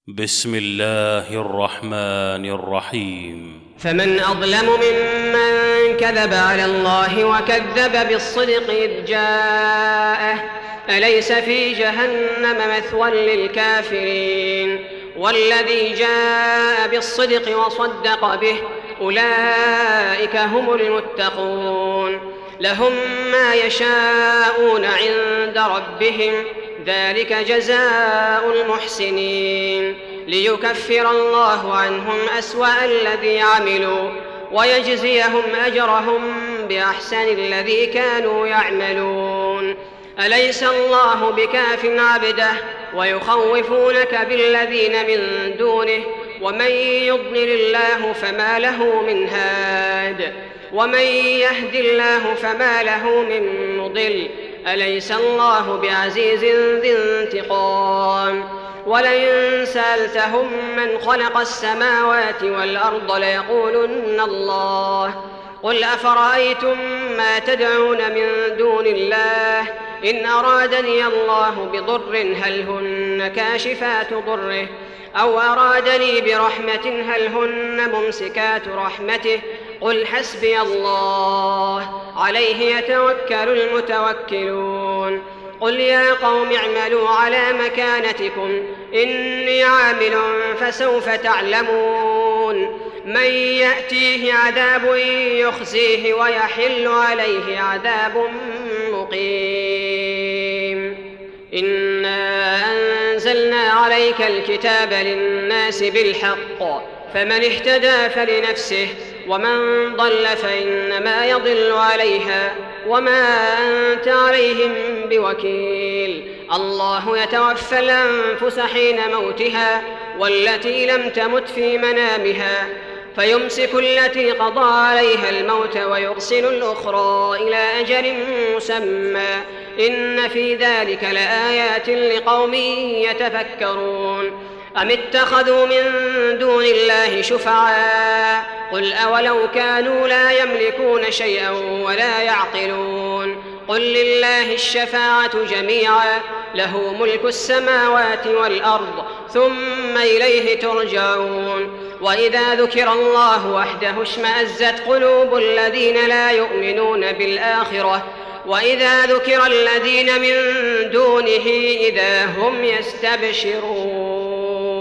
بسم الله الرحمن الرحيم. فمن أظلم ممن كذب على الله وكذب بالصدق إذ جاءه أليس في جهنم مثوى للكافرين والذي جاء بالصدق وصدق به أولئك هم المتقون لهم ما يشاءون عند ربهم ذلك جزاء المحسنين ليكفر الله عنهم أسوأ الذي عملوا ويجزيهم أجرهم بأحسن الذي كانوا يعملون أليس الله بكاف عبده ويخوفونك بالذين من دونه ومن يضلل الله فما له من هاد ومن يهد الله فما له من مضل أليس الله بعزيز ذي انتقام ولئن سألتهم من خلق السماوات والأرض ليقولن الله قل أفرأيتم ما تدعون من دون الله إن أرادني الله بضر هل هن كاشفات ضره أو أرادني برحمة هل هن ممسكات رحمته قل حسبي الله عليه يتوكل المتوكلون قل يا قوم اعملوا على مكانتكم إني عامل فسوف تعلمون من يأتيه عذاب يخزيه ويحل عليه عذاب مقيم إنا أنزلنا عليك الكتاب للناس بالحق فمن اهتدى فلنفسه ومن ضل فإنما يضل عليها وما أنت عليهم بوكيل الله يتوفى الأنفس حين موتها والتي لم تمت في منامها فيمسك التي قضى عليها الموت ويرسل الأخرى إلى أجل مسمى إن في ذلك لآيات لقوم يتفكرون أم اتخذوا من دون الله شفعاء قل أولو كانوا لا يملكون شيئا ولا يعقلون قل لله الشفاعة جميعا له ملك السماوات والأرض ثم إليه ترجعون وإذا ذكر الله وحده اشمأزت قلوب الذين لا يؤمنون بالآخرة وإذا ذكر الذين من دونه إذا هم يستبشرون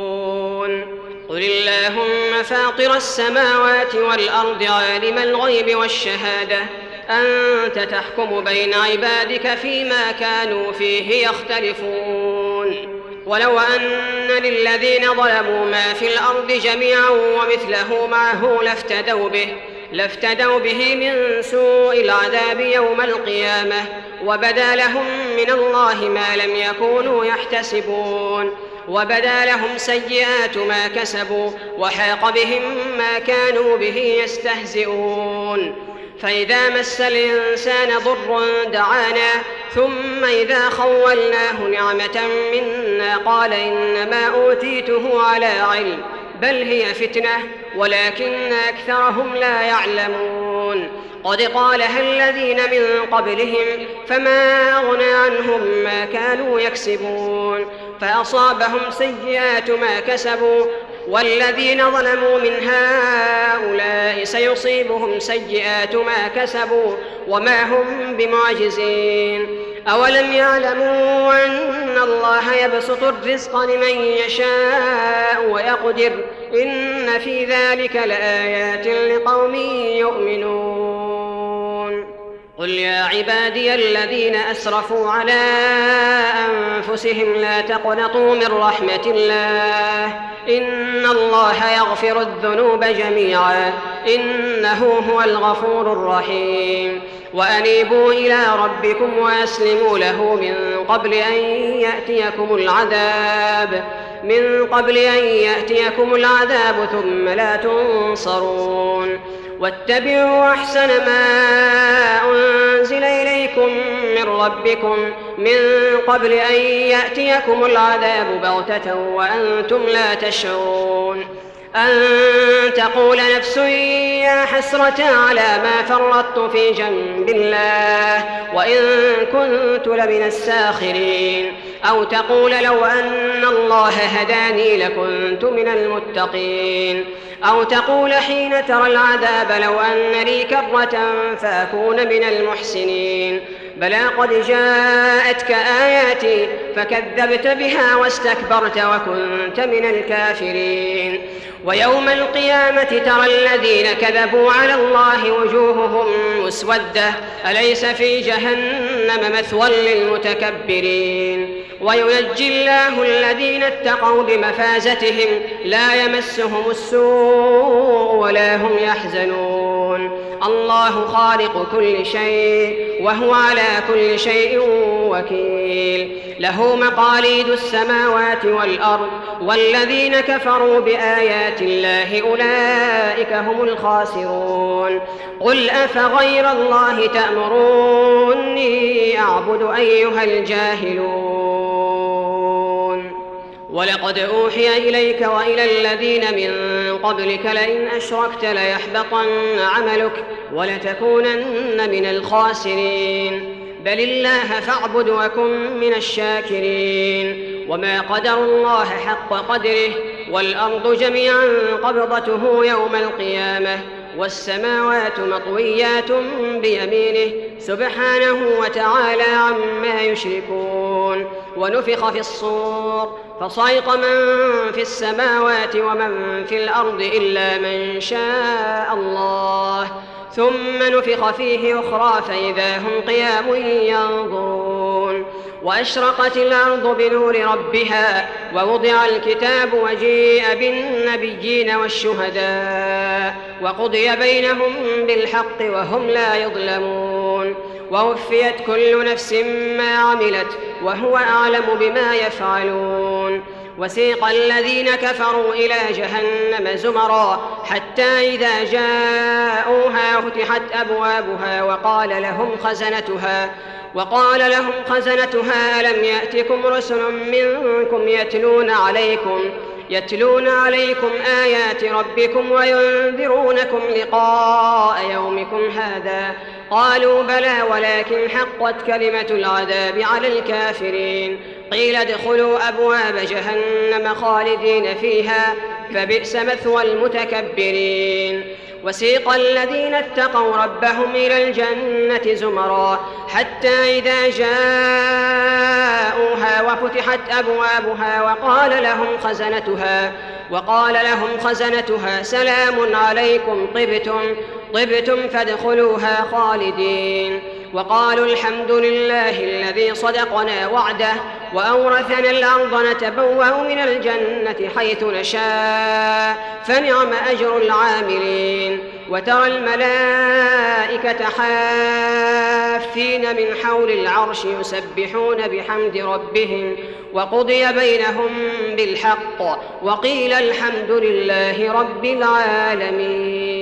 قل اللهم فاطر السماوات والأرض عالم الغيب والشهادة أنت تحكم بين عبادك فيما كانوا فيه يختلفون ولو أن للذين ظلموا ما في الأرض جميعا ومثله معه لافتدوا به من سوء العذاب يوم القيامة وبدا لهم من الله ما لم يكونوا يحتسبون وبدا لهم سيئات ما كسبوا وحاق بهم ما كانوا به يستهزئون فإذا مس الإنسان ضر دعانا ثم إذا خولناه نعمة منا قال إنما أوتيته على علم بل هي فتنة ولكن أكثرهم لا يعلمون قد قالها الذين من قبلهم فما أغنى عنهم ما كانوا يكسبون فأصابهم سيئات ما كسبوا والذين ظلموا من هؤلاء سيصيبهم سيئات ما كسبوا وما هم بمعجزين أولم يعلموا أن الله يبسط الرزق لمن يشاء ويقدر إن في ذلك لآيات لقوم يؤمنون قل يا عبادي الذين أسرفوا على أنفسهم لا تقنطوا من رحمة الله إن الله يغفر الذنوب جميعا إنه هو الغفور الرحيم وأنيبوا إلى ربكم وأسلموا له من قبل أن يأتيكم العذاب ثم لا تنصرون واتبعوا أحسن ما أنزل إليكم من ربكم من قبل أن يأتيكم العذاب بغتة وأنتم لا تشعرون أن تقول نفس يا حسرة على ما فرطت في جنب الله وإن كنت لمن الساخرين أو تقول لو أن الله هداني لكنت من المتقين، أو تقول حين ترى العذاب لو أن لي كرة فأكون من المحسنين. بلى قد جاءتك آياتي فكذبت بها واستكبرت وكنت من الكافرين. ويوم القيامة ترى الذين كذبوا على الله وجوههم مسودة أليس في جهنم مثوى للمتكبرين. وينجي الله الذين اتقوا بمفازتهم لا يمسهم السوء ولا هم يحزنون. الله خالق كل شيء وهو على كل شيء وكيل. له مقاليد السماوات والأرض والذين كفروا بآيات الله أولئك هم الخاسرون. قل أفغير الله تأمروني أعبد أيها الجاهلون. ولقد أوحي إليك وإلى الذين من قبلك لئن أشركت ليحبطن عملك ولتكونن من الخاسرين. بل الله فاعبد وكن من الشاكرين. وما قدروا الله حق قدره والأرض جميعا قبضته يوم القيامة والسماوات مطويات بيمينه سبحانه وتعالى عما يشركون. ونفخ في الصور فصعق من في السماوات ومن في الأرض إلا من شاء الله ثم نفخ فيه أخرى فإذا هم قيام ينظرون. وأشرقت الأرض بنور ربها ووضع الكتاب وجيء بالنبيين والشهداء وقضي بينهم بالحق وهم لا يظلمون. ووفيت كل نفس ما عملت وهو أعلم بما يفعلون. وسيق الذين كفروا إلى جهنم زمرا حتى إذا جاءوها فتحت أبوابها وقال لهم خزنتها ألم يأتكم رسل منكم يتلون عليكم آيات ربكم وينذرونكم لقاء يومكم هذا؟ قالوا بلى ولكن حقت كلمة العذاب على الكافرين. قيل ادخلوا أبواب جهنم خالدين فيها فبئس مثوى المتكبرين. وسيق الذين اتقوا ربهم إلى الجنة زمرا حتى إذا جاءوها وفتحت أبوابها وقال لهم خزنتها سلام عليكم طبتم فادخلوها خالدين. وقالوا الحمد لله الذي صدقنا وعده وأورثنا الأرض نتبوأ من الجنة حيث نشاء فنعم أجر العاملين. وترى الملائكة حافين من حول العرش يسبحون بحمد ربهم وقضي بينهم بالحق وقيل الحمد لله رب العالمين.